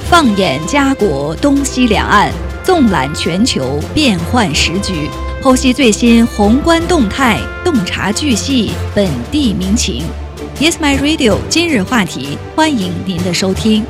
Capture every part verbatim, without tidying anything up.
放眼家国东西两岸，纵览全球变幻时局，剖析最新宏观动态，洞察巨细本地民情。Yes My Radio 今日话题，欢迎您的收听。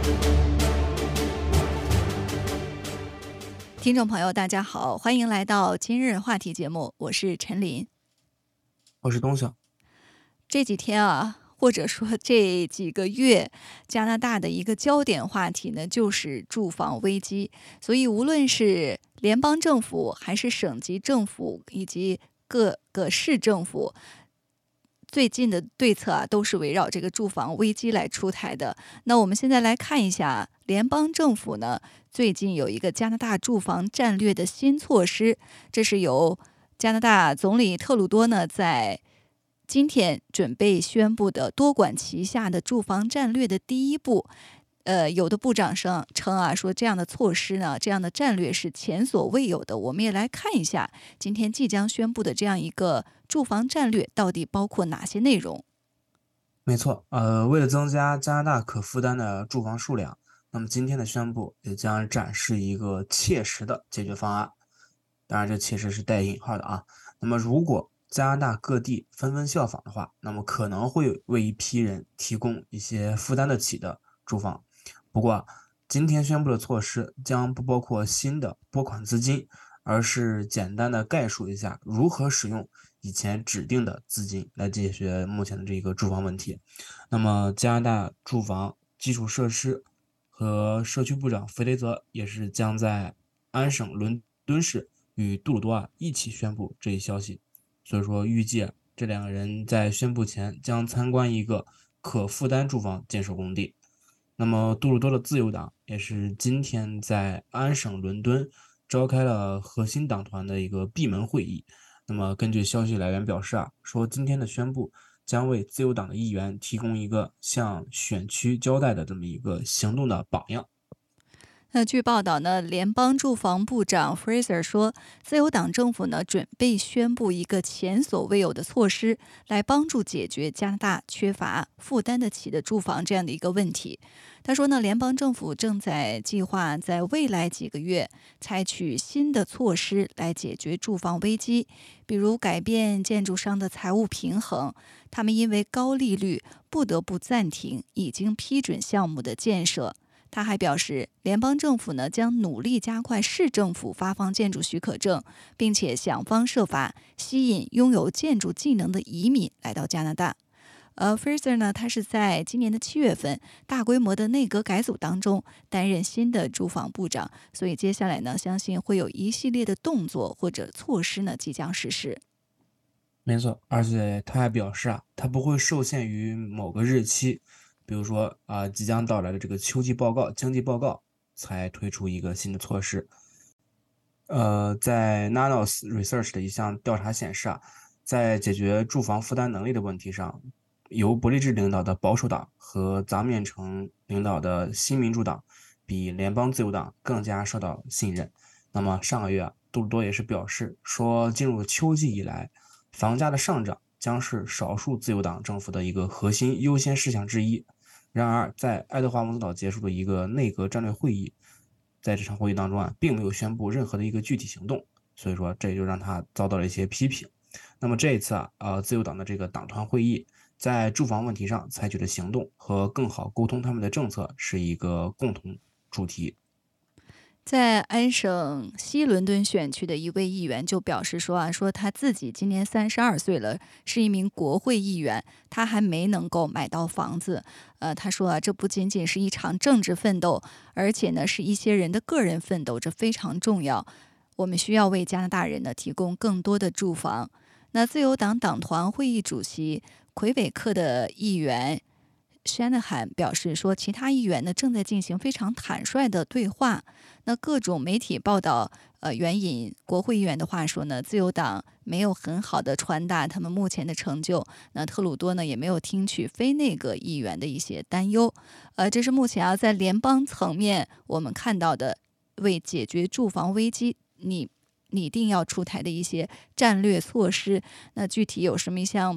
听众朋友大家好，欢迎来到今日话题节目，我是陈琳， 我是东晓。 这几天啊，或者说这几个月，加拿大的一个焦点话题呢，就是住房危机。所以无论是联邦政府还是省级政府以及各个市政府，最近的对策啊，都是围绕这个住房危机来出台的。那我们现在来看一下联邦政府呢，最近有一个加拿大住房战略的新措施，这是由加拿大总理特鲁多呢在今天准备宣布的多管齐下的住房战略的第一步。呃，有的部长称称啊，说这样的措施呢，这样的战略是前所未有的。我们也来看一下今天即将宣布的这样一个住房战略到底包括哪些内容。 没错，呃，为了增加加拿大可负担的住房数量，那么今天的宣布也将展示一个切实的解决方案。当然，这切实是带引号的啊。那么，如果加拿大各地纷纷效仿的话，那么可能会为一批人提供一些负担得起的住房。不过，今天宣布的措施将不包括新的拨款资金，而是简单的概述一下如何使用以前指定的资金来解决目前的这个住房问题。那么，加拿大住房基础设施和社区部长弗雷泽也是将在安省伦敦市与杜鲁多啊一起宣布这一消息。所以说，预计这两个人在宣布前将参观一个可负担住房建设工地。那么，杜鲁多的自由党也是今天在安省伦敦召开了核心党团的一个闭门会议。那么，根据消息来源表示啊，说今天的宣布将为自由党的议员提供一个向选区交代的这么一个行动的榜样。 那据报道呢，联邦住房部长 Fraser 说，自由党政府呢准备宣布一个前所未有的措施，来帮助解决加拿大缺乏负担得起的住房这样的一个问题。他说呢，联邦政府正在计划在未来几个月采取新的措施来解决住房危机，比如改变建筑商的财务平衡，他们因为高利率不得不暂停已经批准项目的建设。他还表示，联邦政府呢将努力加快市政府发放建筑许可证，并且想方设法吸引拥有建筑技能的移民来到加拿大。呃 Fraser 呢，他是在今年的七月份大规模的内阁改组当中担任新的住房部长，所以接下来呢，相信会有一系列的动作或者措施呢即将实施。 没错，而且他还表示啊，他不会受限于某个日期。比如说啊、呃，即将到来的这个秋季报告、经济报告才推出一个新的措施。呃，在 Nanos Research 的一项调查显示啊，在解决住房负担能力的问题上，由伯利治领导的保守党和杂面城领导的新民主党比联邦自由党更加受到信任。那么上个月啊，杜鲁多也是表示说，进入秋季以来，房价的上涨将是少数自由党政府的一个核心优先事项之一。然而，在爱德华王子岛结束的一个内阁战略会议，在这场会议当中啊，并没有宣布任何的一个具体行动，所以说这就让他遭到了一些批评。那么这一次啊，呃，自由党的这个党团会议在住房问题上采取的行动和更好沟通他们的政策是一个共同主题。 在安省西伦敦选区的一位议员就表示说啊，说他自己今年三十二岁了，是一名国会议员，他还没能够买到房子。呃，他说啊，这不仅仅是一场政治奋斗，而且呢是一些人的个人奋斗，这非常重要。我们需要为加拿大人呢提供更多的住房。那自由党党团会议主席魁北克的议员Shanahan 表示说，其他议员呢正在进行非常坦率的对话。那各种媒体报道，呃，援引国会议员的话说呢，自由党没有很好的传达他们目前的成就。那特鲁多呢也没有听取非内阁议员的一些担忧。呃，这是目前啊在联邦层面我们看到的为解决住房危机，你拟定要出台的一些战略措施。那具体有什么一项？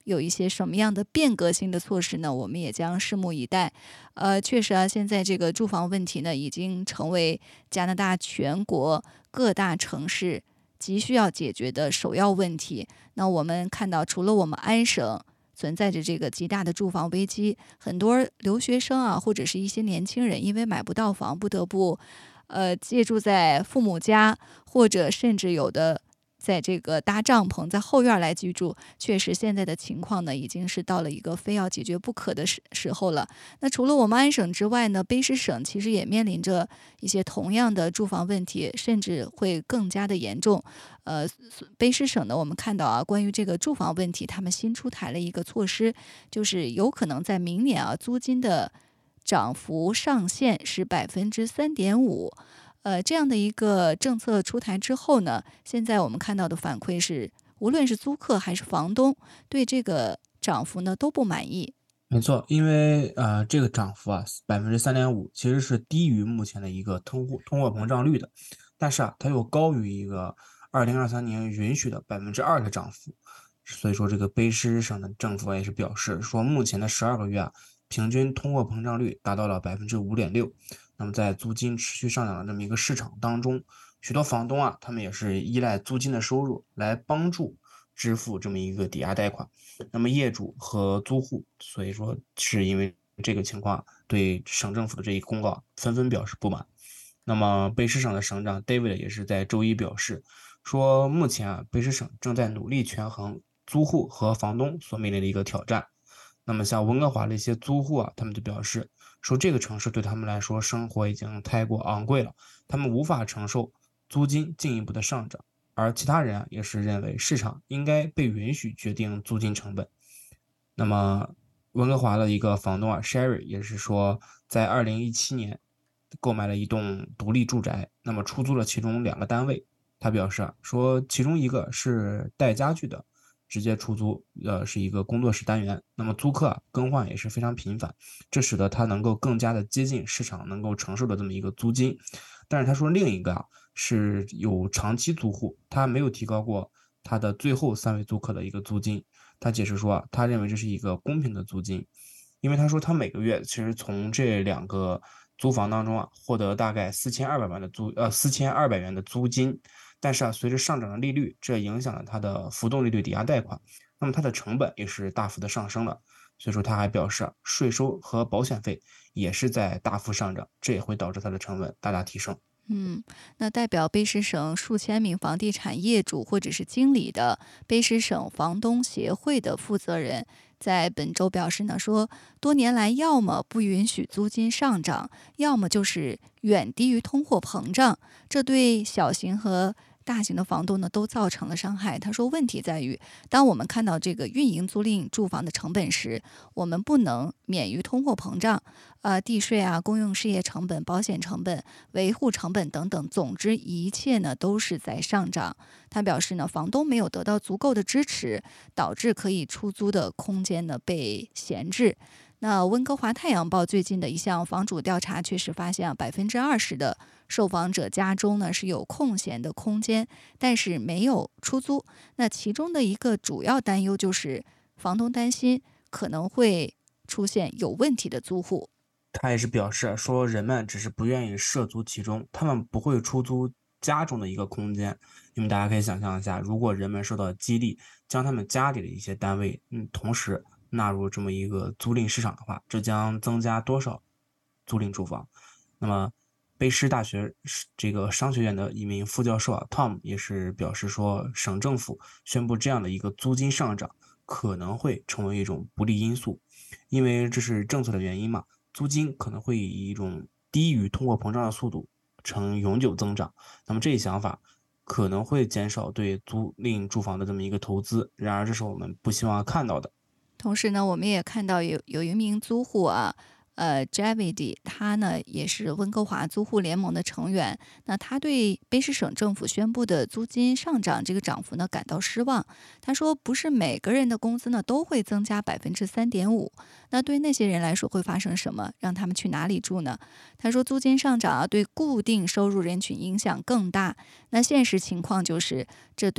有一些什么样的变革性的措施呢？我们也将拭目以待。呃，确实啊，现在这个住房问题呢，已经成为加拿大全国各大城市急需要解决的首要问题。那我们看到，除了我们安省存在着这个极大的住房危机，很多留学生啊，或者是一些年轻人，因为买不到房，不得不呃借住在父母家，或者甚至有的在这个搭帐篷在后院来居住。确实现在的情况呢，已经是到了一个非要解决不可的时时候了。那除了我们安省之外呢，卑诗省其实也面临着一些同样的住房问题，甚至会更加的严重。呃，卑诗省呢，我们看到啊，关于这个住房问题，他们新出台了一个措施，就是有可能在明年啊，租金的涨幅上限是百分之三点五。呃，这样的一个政策出台之后呢，现在我们看到的反馈是，无论是租客还是房东，对这个涨幅呢都不满意。 没错，因为呃，这个涨幅啊，百分之三点五，其实是低于目前的一个通货通货膨胀率的，但是啊，它又高于一个二零二三年允许的百分之二的涨幅。所以说，这个卑诗省的政府也是表示说，目前的十二个月啊，平均通货膨胀率达到了百分之五点六。那么在租金持续上涨的这么一个市场当中，许多房东啊，他们也是依赖租金的收入来帮助支付这么一个抵押贷款。那么业主和租户，所以说是因为这个情况，对省政府的这一公告纷纷表示不满。那么卑诗省的省长 David 也是在周一表示说，目前啊，卑诗省正在努力权衡租户和房东所面临的一个挑战。那么像温哥华的一些租户啊，他们就表示说，这个城市对他们来说生活已经太过昂贵了，他们无法承受租金进一步的上涨。而其他人啊也是认为市场应该被允许决定租金成本。那么温哥华的一个房东啊 Sherry 也是说，在二零一七年购买了一栋独立住宅，那么出租了其中两个单位。他表示啊，说其中一个是带家具的，直接出租，呃，是一个工作室单元。那么租客啊更换也是非常频繁，这使得他能够更加的接近市场能够承受的这么一个租金。但是他说另一个啊是有长期租户，他没有提高过他的最后三位租客的一个租金。他解释说啊，他认为这是一个公平的租金，因为他说他每个月其实从这两个租房当中啊获得大概四千二百万的租呃四千二百元的租金，但是啊随着上涨的利率，这影响了他的浮动利率抵押贷款，那么他的成本也是大幅的上升了。所以说他还表示啊，税收和保险费也是在大幅上涨，这也会导致他的成本大大提升。 嗯，那代表卑诗省数千名房地产业主或者是经理的卑诗省房东协会的负责人，在本周表示呢，说多年来要么不允许租金上涨，要么就是远低于通货膨胀，这对小型和大型的房东呢都造成了伤害。他说，问题在于，当我们看到这个运营租赁住房的成本时，我们不能免于通货膨胀，呃，地税啊、公用事业成本、保险成本、维护成本等等，总之一切呢都是在上涨。他表示呢，房东没有得到足够的支持，导致可以出租的空间呢被闲置。那温哥华太阳报最近的一项房主调查确实发现啊，百分之二十的受访者家中呢是有空闲的空间，但是没有出租。那其中的一个主要担忧就是房东担心可能会出现有问题的租户。 他也是表示说，人们只是不愿意涉足其中，他们不会出租家中的一个空间。因为大家可以想象一下，如果人们受到激励，将他们家里的一些单位，嗯，同时纳入这么一个租赁市场的话，这将增加多少租赁住房？那么，卑诗大学这个商学院的一名副教授啊，Tom 也是表示说，省政府宣布这样的一个租金上涨，可能会成为一种不利因素，因为这是政策的原因嘛。租金可能会以一种低于通货膨胀的速度呈永久增长，那么这一想法可能会减少对租赁住房的这么一个投资，然而这是我们不希望看到的。 同时呢，我们也看到有有一名租户啊，呃 Javidi， 他呢也是温哥华租户联盟的成员。那他对卑诗省政府宣布的租金上涨这个涨幅呢感到失望。他说，不是每个人的工资呢都会增加百分之三点五。那对那些人来说会发生什么？让他们去哪里住呢？他说，租金上涨啊，对固定收入人群影响更大。那现实情况就是，这对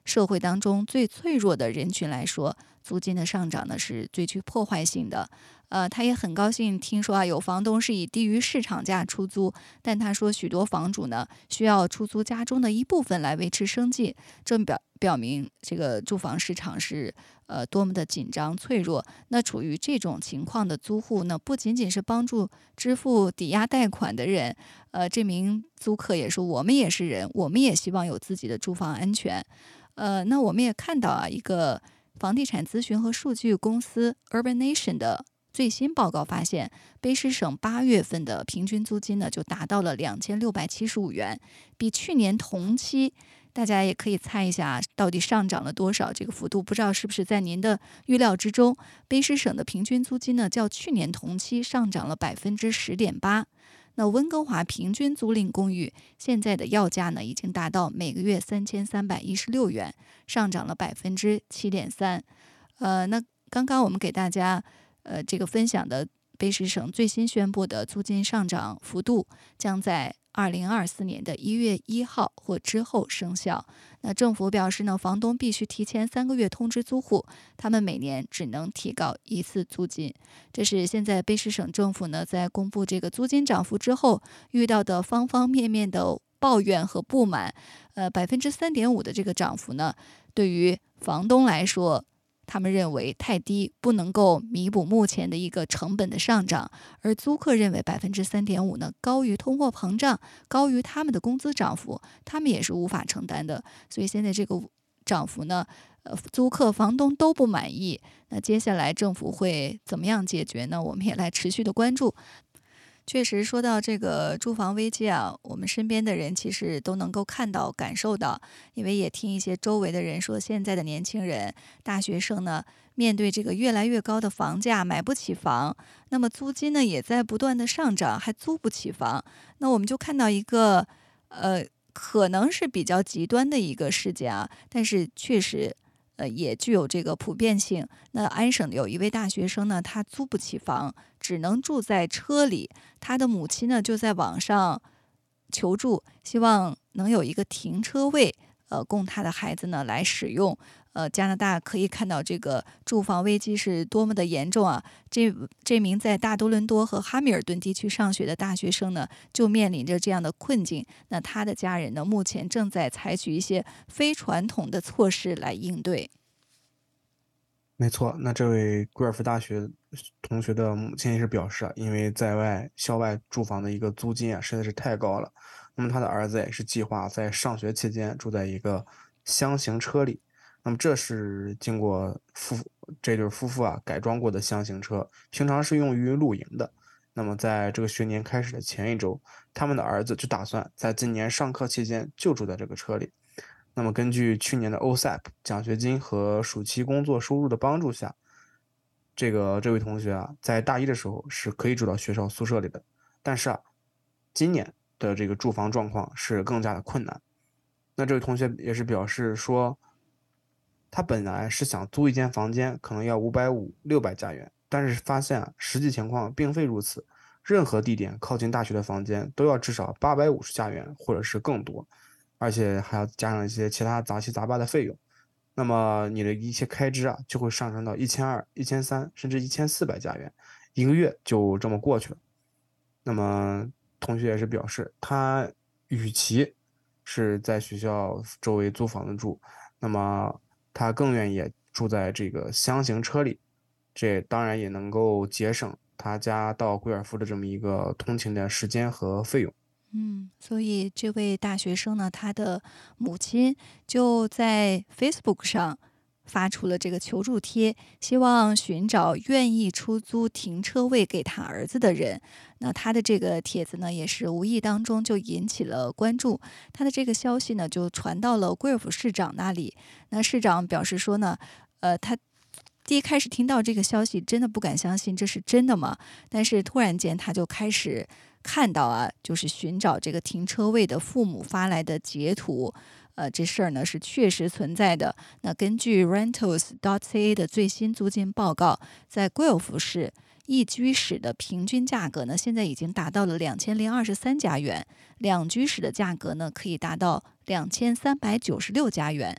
社会当中最脆弱的人群来说，租金的上涨呢是最具破坏性的。呃，他也很高兴听说啊，有房东是以低于市场价出租，但他说许多房主呢需要出租家中的一部分来维持生计，这表表明这个住房市场是呃多么的紧张脆弱。那处于这种情况的租户呢，不仅仅是帮助支付抵押贷款的人，呃，这名租客也说，我们也是人，我们也希望有自己的住房安全。呃，那我们也看到啊，一个房地产咨询和数据公司 Urbanation 的最新报告发现，卑诗省八月份的平均租金呢就达到了两千六百七十五元，比去年同期，大家也可以猜一下到底上涨了多少，这个幅度不知道是不是在您的预料之中。卑诗省的平均租金呢较去年同期上涨了百分之十点八。那温哥华平均租赁公寓现在的要价呢已经达到每个月三千三百一十六元，上涨了百分之七点三。呃，那刚刚我们给大家呃这个分享的卑诗省最新宣布的租金上涨幅度，将在二零二四年的一月一号或之后生效。那政府表示呢，房东必须提前三个月通知租户，他们每年只能提高一次租金。这是现在卑诗省政府呢在公布这个租金涨幅之后遇到的方方面面的抱怨和不满。呃，百分之三点五的这个涨幅呢，对于房东来说，他们认为太低，不能够弥补目前的一个成本的上涨，而租客认为百分之三点五呢高于通货膨胀，高于他们的工资涨幅，他们也是无法承担的。所以现在这个涨幅呢，呃，租客、房东都不满意。那接下来政府会怎么样解决呢？我们也来持续的关注。确实说到这个住房危机啊，我们身边的人其实都能够看到感受到，因为也听一些周围的人说，现在的年轻人大学生呢面对这个越来越高的房价买不起房，那么租金呢也在不断的上涨，还租不起房。那我们就看到一个呃可能是比较极端的一个事件啊，但是确实呃，也具有这个普遍性。那安省有一位大学生呢，他租不起房，只能住在车里。他的母亲呢，就在网上求助，希望能有一个停车位，呃，供他的孩子呢来使用。呃，加拿大可以看到这个住房危机是多么的严重啊！这这名在大多伦多和哈密尔顿地区上学的大学生呢，就面临着这样的困境。那他的家人呢，目前正在采取一些非传统的措施来应对。 没错，那这位贵尔夫大学同学的母亲也是表示啊，因为在外校外住房的一个租金啊实在是太高了，那么他的儿子也是计划在上学期间住在一个箱型车里。那么这是经过夫这对夫妇啊改装过的箱型车，平常是用于露营的。那么在这个学年开始的前一周，他们的儿子就打算在今年上课期间就住在这个车里。那么根据去年的 O S A P 奖学金和暑期工作收入的帮助下，这个这位同学啊，在大一的时候是可以住到学校宿舍里的。但是啊，今年的这个住房状况是更加的困难。那这位同学也是表示说，他本来是想租一间房间，可能要五百五、六百加元，但是发现啊，实际情况并非如此。任何地点靠近大学的房间都要至少八百五十加元，或者是更多，而且还要加上一些其他杂七杂八的费用。那么你的一些开支啊，就会上升到一千二、一千三，甚至一千四百加元，一个月就这么过去了。那么同学也是表示，他与其是在学校周围租房子住，那么他更愿意住在这个箱型车里，这当然也能够节省他家到贵尔夫的这么一个通勤的时间和费用。 嗯，所以这位大学生呢，他的母亲就在 Facebook 上发出了这个求助贴，希望寻找愿意出租停车位给他儿子的人。那他的这个帖子呢，也是无意当中就引起了关注。他的这个消息呢，就传到了贵尔夫市长那里。那市长表示说呢，呃，他第一开始听到这个消息，真的不敢相信这是真的吗？但是突然间他就开始看到啊，就是寻找这个停车位的父母发来的截图。呃，这事儿呢是确实存在的。那根据 rentals dot c a 的最新租金报告，在贵尔夫市一居室的平均价格呢，现在已经达到了两千零二十三加元，两居室的价格呢可以达到两千三百九十六加元。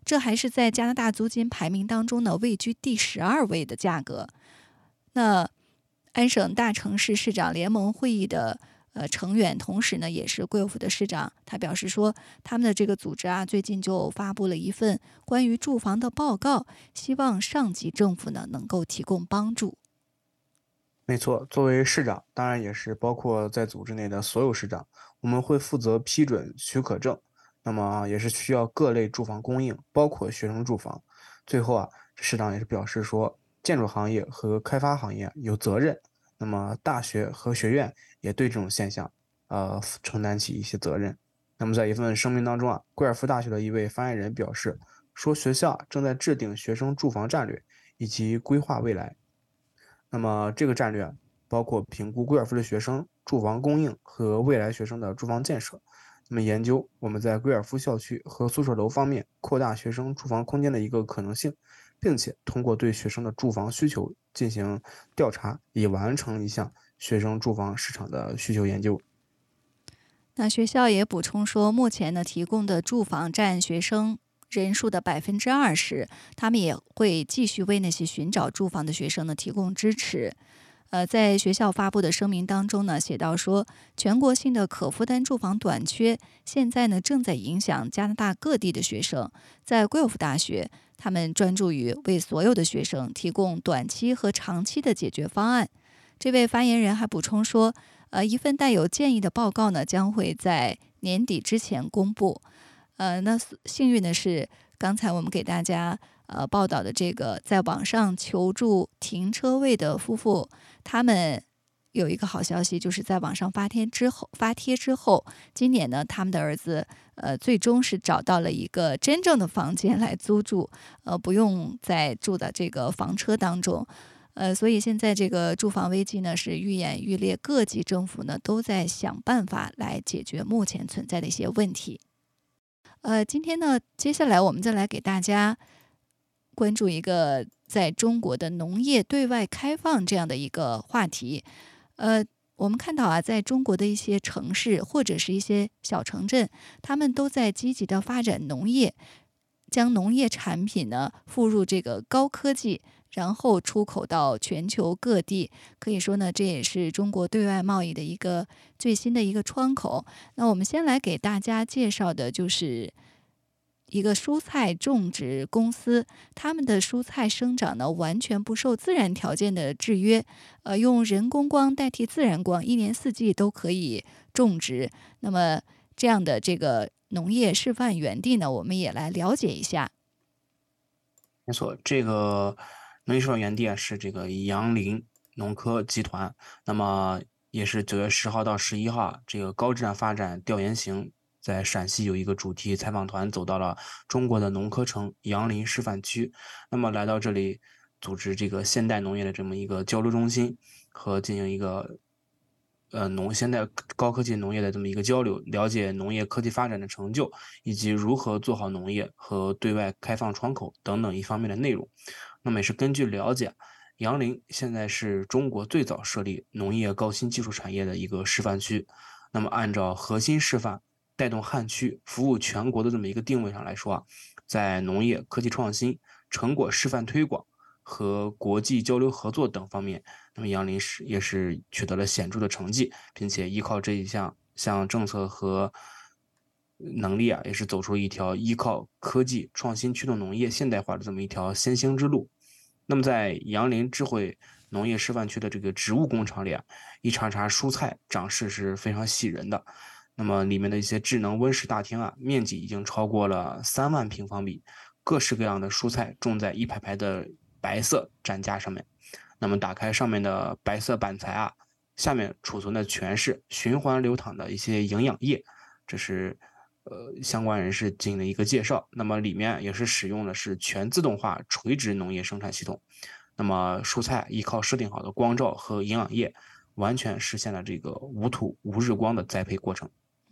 这还是在加拿大租金排名当中呢位居第十二位的价格。那安省大城市市长联盟会议的呃成员，同时呢也是贵州府的市长，他表示说，他们的这个组织啊，最近就发布了一份关于住房的报告，希望上级政府呢能够提供帮助。 没错，作为市长，当然也是包括在组织内的所有市长，我们会负责批准许可证，那么也是需要各类住房供应，包括学生住房。最后啊，市长也是表示说，建筑行业和开发行业有责任，那么大学和学院也对这种现象，呃，承担起一些责任。那么在一份声明当中啊，贵尔夫大学的一位发言人表示说，学校正在制定学生住房战略以及规划未来。那么这个战略包括评估贵尔夫的学生住房供应和未来学生的住房建设，那么研究我们在贵尔夫校区和宿舍楼方面扩大学生住房空间的一个可能性，并且通过对学生的住房需求进行调查，以完成一项学生住房市场的需求研究。 那学校也补充说，目前呢提供的住房占学生人数的百分之二十，他们也会继续为那些寻找住房的学生呢提供支持。呃，在学校发布的声明当中呢，写到说，全国性的可负担住房短缺，现在呢正在影响加拿大各地的学生。在贵州府大学，他们专注于为所有的学生提供短期和长期的解决方案。这位发言人还补充说，呃，一份带有建议的报告呢，将会在年底之前公布。呃，那幸运的是，刚才我们给大家呃报道的这个在网上求助停车位的夫妇，他们有一个好消息，就是在网上发帖之后，发帖之后，今年呢，他们的儿子呃最终是找到了一个真正的房间来租住，呃，不用再住在这个房车当中。呃，所以现在这个住房危机呢是愈演愈烈，各级政府呢都在想办法来解决目前存在的一些问题。呃，今天呢，接下来我们再来给大家关注一个在中国的农业对外开放这样的一个话题。呃，我们看到啊，在中国的一些城市或者是一些小城镇，他们都在积极的发展农业，将农业产品呢附入这个高科技，然后出口到全球各地。可以说呢，这也是中国对外贸易的一个最新的一个窗口。那我们先来给大家介绍的就是一个蔬菜种植公司，他们的蔬菜生长呢完全不受自然条件的制约，呃，用人工光代替自然光，一年四季都可以种植。那么这样的这个农业示范园地呢，我们也来了解一下。 没错，这个农业示范园地啊是这个杨林农科集团，那么也是九月十号到十一号，这个高质量发展调研行在陕西有一个主题采访团走到了中国的农科城杨林示范区，那么来到这里组织这个现代农业的这么一个交流中心和进行一个呃农现代高科技农业的这么一个交流，了解农业科技发展的成就，以及如何做好农业和对外开放窗口等等一方面的内容。那么也是根据了解，杨林现在是中国最早设立农业高新技术产业的一个示范区。那么按照核心示范带动汉区服务全国的这么一个定位上来说啊，在农业科技创新、成果示范推广和国际交流合作等方面，那么杨林是也是取得了显著的成绩，并且依靠这一项项政策和能力啊，也是走出一条依靠科技创新驱动农业现代化的这么一条先行之路。那么在杨林智慧农业示范区的这个植物工厂里啊，一茬茬蔬菜长势是非常喜人的。那么里面的一些智能温室大厅啊，面积已经超过了三万平方米，各式各样的蔬菜种在一排排的白色展架上面。那么打开上面的白色板材啊，下面储存的全是循环流淌的一些营养液，这是呃相关人士进行的一个介绍。那么里面也是使用的是全自动化垂直农业生产系统。那么蔬菜依靠设定好的光照和营养液，完全实现了这个无土无日光的栽培过程。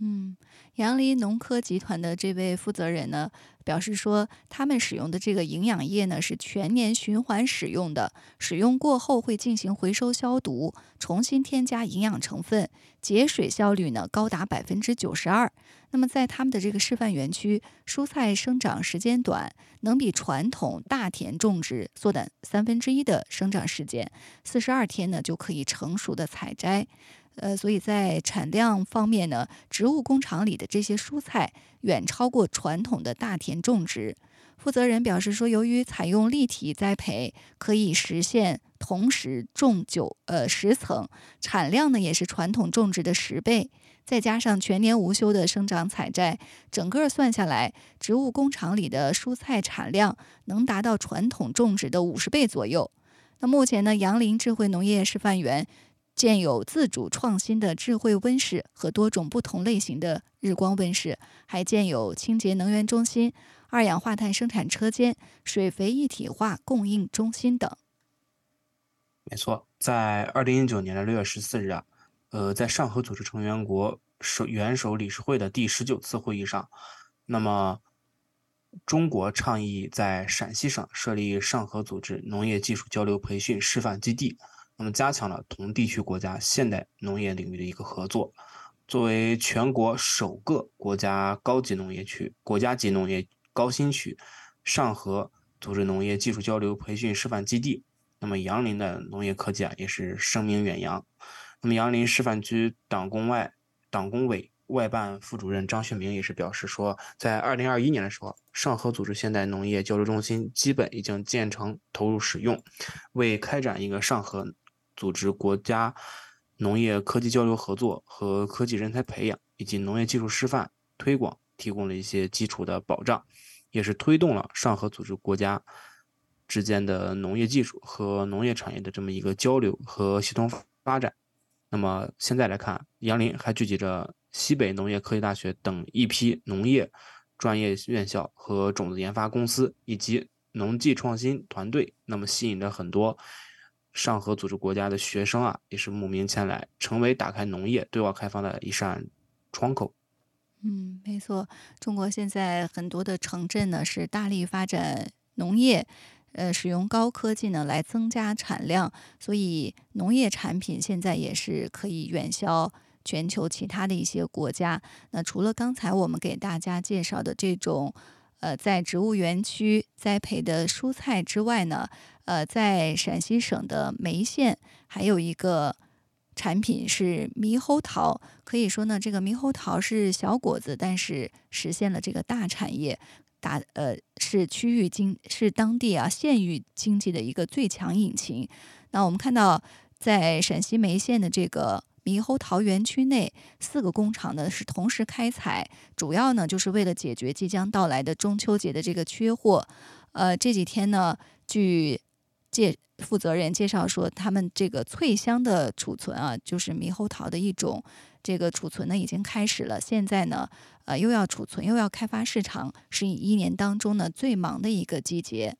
嗯，杨林农科集团的这位负责人呢，表示说，他们使用的这个营养液呢是全年循环使用的，使用过后会进行回收消毒，重新添加营养成分，节水效率呢高达百分之九十二。那么在他们的这个示范园区，蔬菜生长时间短，能比传统大田种植缩短三分之一的生长时间，四十二天呢就可以成熟的采摘。呃，所以在产量方面呢，植物工厂里的这些蔬菜远超过传统的大田种植。负责人表示说，由于采用立体栽培，可以实现同时种九呃十层，产量呢也是传统种植的十倍。再加上全年无休的生长采摘，整个算下来，植物工厂里的蔬菜产量能达到传统种植的五十倍左右。那目前呢，杨林智慧农业示范园建有自主创新的智慧温室和多种不同类型的日光温室，还建有清洁能源中心、二氧化碳生产车间、水肥一体化供应中心等。 没错，在二零一九年的六月十四日啊，呃，在上合组织成员国首元首理事会的第十九次会议上，那么中国倡议在陕西省设立上合组织农业技术交流培训示范基地，那么加强了同地区国家现代农业领域的一个合作。作为全国首个国家高级农业区、国家级农业高新区，上合组织农业技术交流培训示范基地。那么杨林的农业科技啊，也是声名远扬。那么杨林示范区党工外党工委外办副主任张学明也是表示说，在二零二一年的时候，上合组织现代农业交流中心基本已经建成投入使用，为开展一个上合组织国家农业科技交流合作和科技人才培养以及农业技术示范推广提供了一些基础的保障，也是推动了上合组织国家之间的农业技术和农业产业的这么一个交流和协同发展。那么现在来看，杨林还聚集着西北农业科技大学等一批农业专业院校和种子研发公司以及农技创新团队，那么吸引着很多上合组织国家的学生啊，也是慕名前来，成为打开农业对外开放的一扇窗口。 嗯，没错，中国现在很多的城镇呢是大力发展农业，呃，使用高科技呢来增加产量，所以农业产品现在也是可以远销全球其他的一些国家。那除了刚才我们给大家介绍的这种，呃，在植物园区栽培的蔬菜之外呢，呃，在陕西省的眉县还有一个产品是猕猴桃，可以说呢，这个猕猴桃是小果子，但是实现了这个大产业，大呃是区域经是当地啊县域经济的一个最强引擎。那我们看到，在陕西眉县的这个猕猴桃园区内，四个工厂呢是同时开采，主要呢就是为了解决即将到来的中秋节的这个缺货。呃，这几天呢，据介负责人介绍说，他们这个脆香的储存啊，就是猕猴桃的一种，这个储存呢已经开始了。现在呢，呃，又要储存又要开发市场，是一年当中呢最忙的一个季节。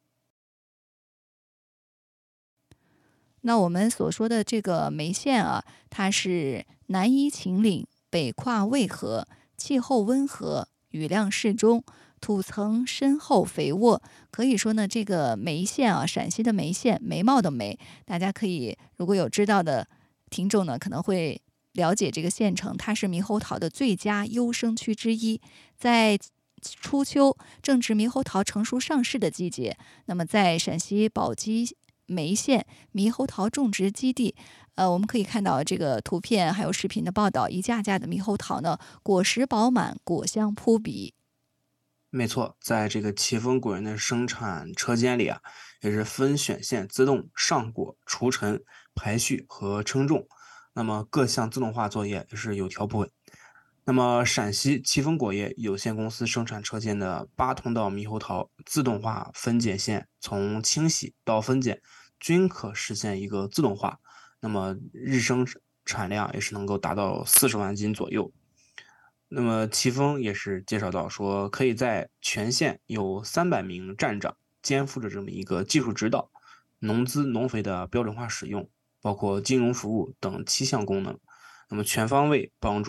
那我们所说的这个眉县啊，它是南依秦岭，北跨渭河，气候温和，雨量适中，土层深厚肥沃。可以说呢，这个眉县啊，陕西的眉县，眉毛的眉，大家可以如果有知道的听众呢，可能会了解这个县城，它是猕猴桃的最佳优生区之一。在初秋正值猕猴桃成熟上市的季节，那么在陕西宝鸡眉县猕猴桃种植基地，呃，我们可以看到这个图片还有视频的报道，一架架的猕猴桃呢，果实饱满，果香扑鼻。 没错，在这个奇峰果园的生产车间里啊，也是分选线自动上果、除尘、排序和称重，那么各项自动化作业也是有条不紊。那么陕西奇峰果业有限公司生产车间的八通道猕猴桃自动化分拣线，从清洗到分拣均可实现一个自动化，那么日生产量也是能够达到四十万斤左右。那么奇峰也是介绍到说，可以在全县有三百名站长肩负着这么一个技术指导、农资农肥的标准化使用，包括金融服务等七项功能，那么全方位帮助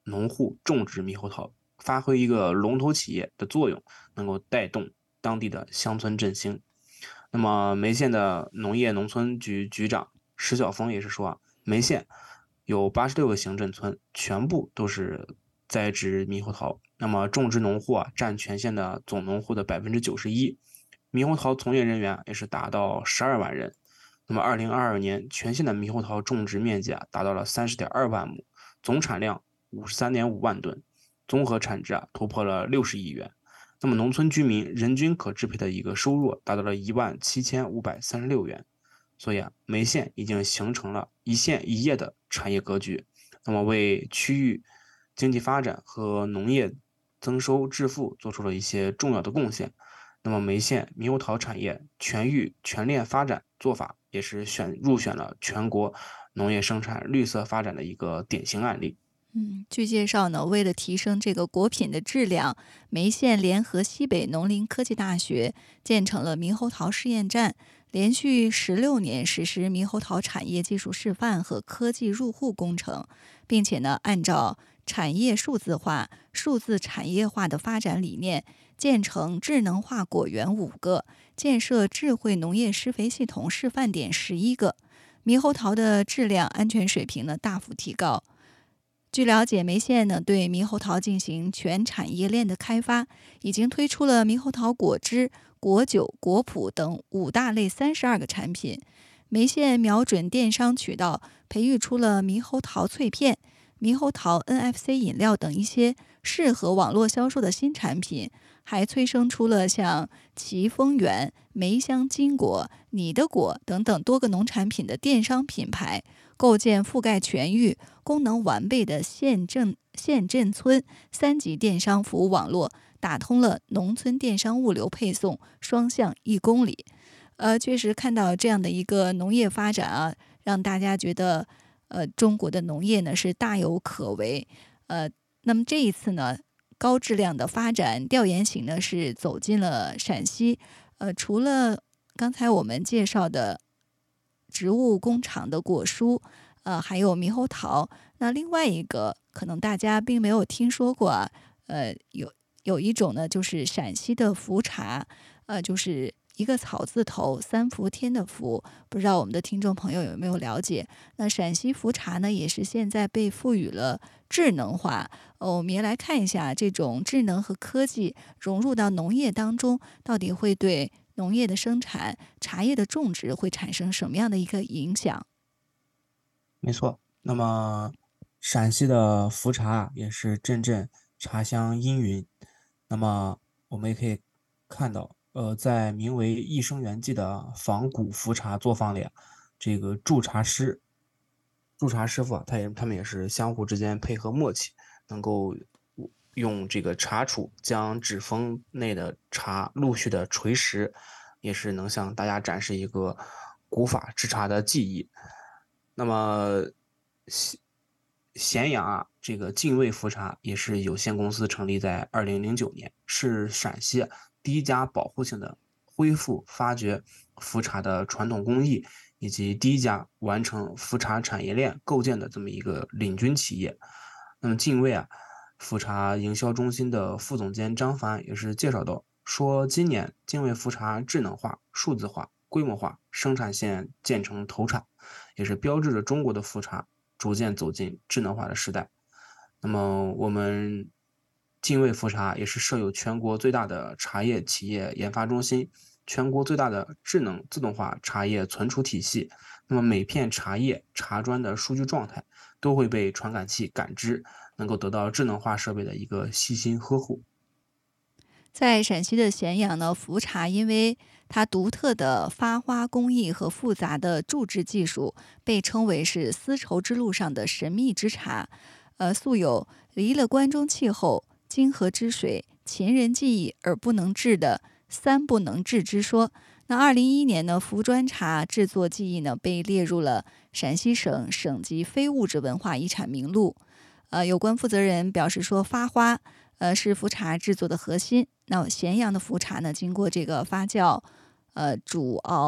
农户种植猕猴桃，发挥一个龙头企业的作用，能够带动当地的乡村振兴。那么梅县的农业农村局局长石晓峰也是说啊，梅县有八十六个行政村，全部都是栽植猕猴桃。那么种植农户啊，占全县的总农户的百分之九十一，猕猴桃从业人员也是达到十二万人。那么二零二二年，全县的猕猴桃种植面积啊，达到了三十点二万亩，总产量五十三点五万吨，综合产值啊，突破了六十亿元。那么农村居民人均可支配的一个收入达到了一万七千五百三十六元。所以啊，梅县已经形成了一县一业的产业格局，那么为区域经济发展和农业增收致富做出了一些重要的贡献。那么梅县猕猴桃产业全域全链发展做法也是选入选了全国农业生产绿色发展的一个典型案例。 嗯，据介绍呢，为了提升这个果品的质量，梅县联合西北农林科技大学建成了猕猴桃试验站，连续十六年实施猕猴桃产业技术示范和科技入户工程，并且呢，按照产业数字化、数字产业化的发展理念，建成智能化果园五个，建设智慧农业施肥系统示范点十一个，猕猴桃的质量安全水平呢大幅提高。据了解，梅县呢对猕猴桃进行全产业链的开发，已经推出了猕猴桃果汁、果酒、果脯等五大类三十二个产品。梅县瞄准电商渠道，培育出了猕猴桃脆片、猕猴桃 N F C 饮料等一些适合网络销售的新产品，还催生出了像奇丰园、梅香金果、你的果等等多个农产品的电商品牌，构建覆盖全域、功能完备的县镇县镇村三级电商服务网络，打通了农村电商物流配送双向一公里。呃，确实看到这样的一个农业发展啊，让大家觉得，呃，中国的农业呢是大有可为。呃，那么这一次呢，高质量的发展调研行呢是走进了陕西。呃，除了刚才我们介绍的植物工厂的果蔬，呃，还有猕猴桃。那另外一个可能大家并没有听说过啊，呃，有有一种呢，就是陕西的茯茶，呃，就是一个草字头三伏天的伏，不知道我们的听众朋友有没有了解？那陕西茯茶呢，也是现在被赋予了智能化。呃，我们也来看一下这种智能和科技融入到农业当中，到底会对农业的生产、茶叶的种植会产生什么样的一个影响？ 没错，那么陕西的茯茶也是阵阵茶香氤氲。那么我们也可以看到，呃，在名为益生元记的仿古茯茶作坊里啊，这个驻茶师、驻茶师傅啊，他也他们也是相互之间配合默契，能够用这个茶杵将指缝内的茶陆续的垂实，也是能向大家展示一个古法制茶的技艺。那么咸咸阳啊，这个晋味茯茶也是有限公司成立在二零零九年，是陕西第一家保护性的恢复发掘茯茶的传统工艺，以及第一家完成茯茶产业链构建的这么一个领军企业。那么晋味啊，茯茶营销中心的副总监张凡也是介绍到，说今年晋味茯茶智能化、数字化、规模化生产线建成投产，也是标志着中国的茯茶逐渐走进智能化的时代。那么我们晋味茯茶也是设有全国最大的茶叶企业研发中心，全国最大的智能自动化茶叶存储体系。那么每片茶叶、茶砖的数据状态都会被传感器感知，能够得到智能化设备的一个细心呵护。 在陕西的咸阳呢，茯茶因为它独特的发花工艺和复杂的铸制技术，被称为是丝绸之路上的神秘之茶。呃，素有离了关中气候、金河之水、秦人技艺而不能制的三不能制之说。那二零一一年呢，茯砖茶制作技艺呢被列入了陕西省省级非物质文化遗产名录。呃，有关负责人表示说，发花呃是茯茶制作的核心。那咸阳的茯茶呢，经过这个发酵、呃煮熬、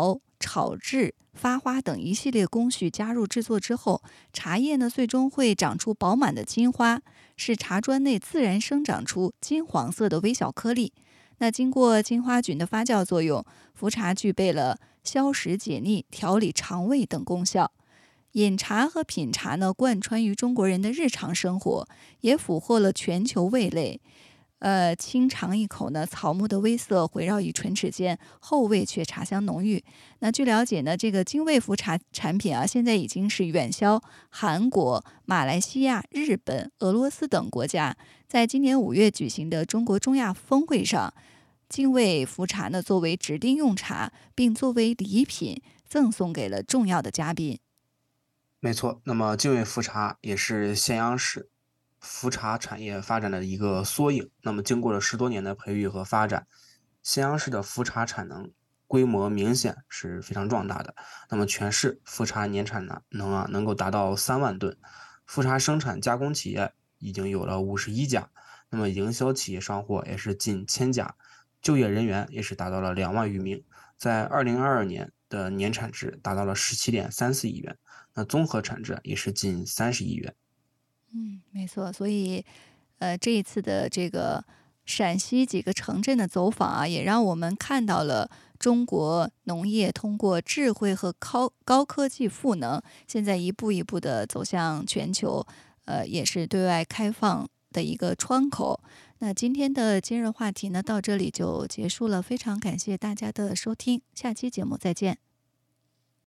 炒制、发花等一系列工序加入制作之后，茶叶呢最终会长出饱满的金花，是茶砖内自然生长出金黄色的微小颗粒。那经过金花菌的发酵作用，茯茶具备了消食解腻、调理肠胃等功效。饮茶和品茶呢，贯穿于中国人的日常生活，也俘获了全球味蕾。呃，轻尝一口呢，草木的微涩回绕于唇齿间，后味却茶香浓郁。那据了解呢，这个精卫茯茶产品啊，现在已经是远销韩国、马来西亚、日本、俄罗斯等国家。在今年五月举行的中国中亚峰会上，精卫茯茶呢作为指定用茶，并作为礼品赠送给了重要的嘉宾。 没错，那么精卫茯茶也是咸阳市茯茶产业发展的一个缩影。那么经过了十多年的培育和发展，咸阳市的茯茶产能规模明显是非常壮大的。那么全市茯茶年产能啊能够达到三万吨，茯茶生产加工企业已经有了五十一家，那么营销企业商户也是近千家，就业人员也是达到了两万余名。在二零二二年的年产值达到了十七点三四亿元，那综合产值也是近三十亿元。 嗯，没错。所以，呃，这一次的这个陕西几个城镇的走访啊，也让我们看到了中国农业通过智慧和高高科技赋能，现在一步一步的走向全球，呃，也是对外开放的一个窗口。那今天的今日话题呢，到这里就结束了，非常感谢大家的收听，下期节目再见。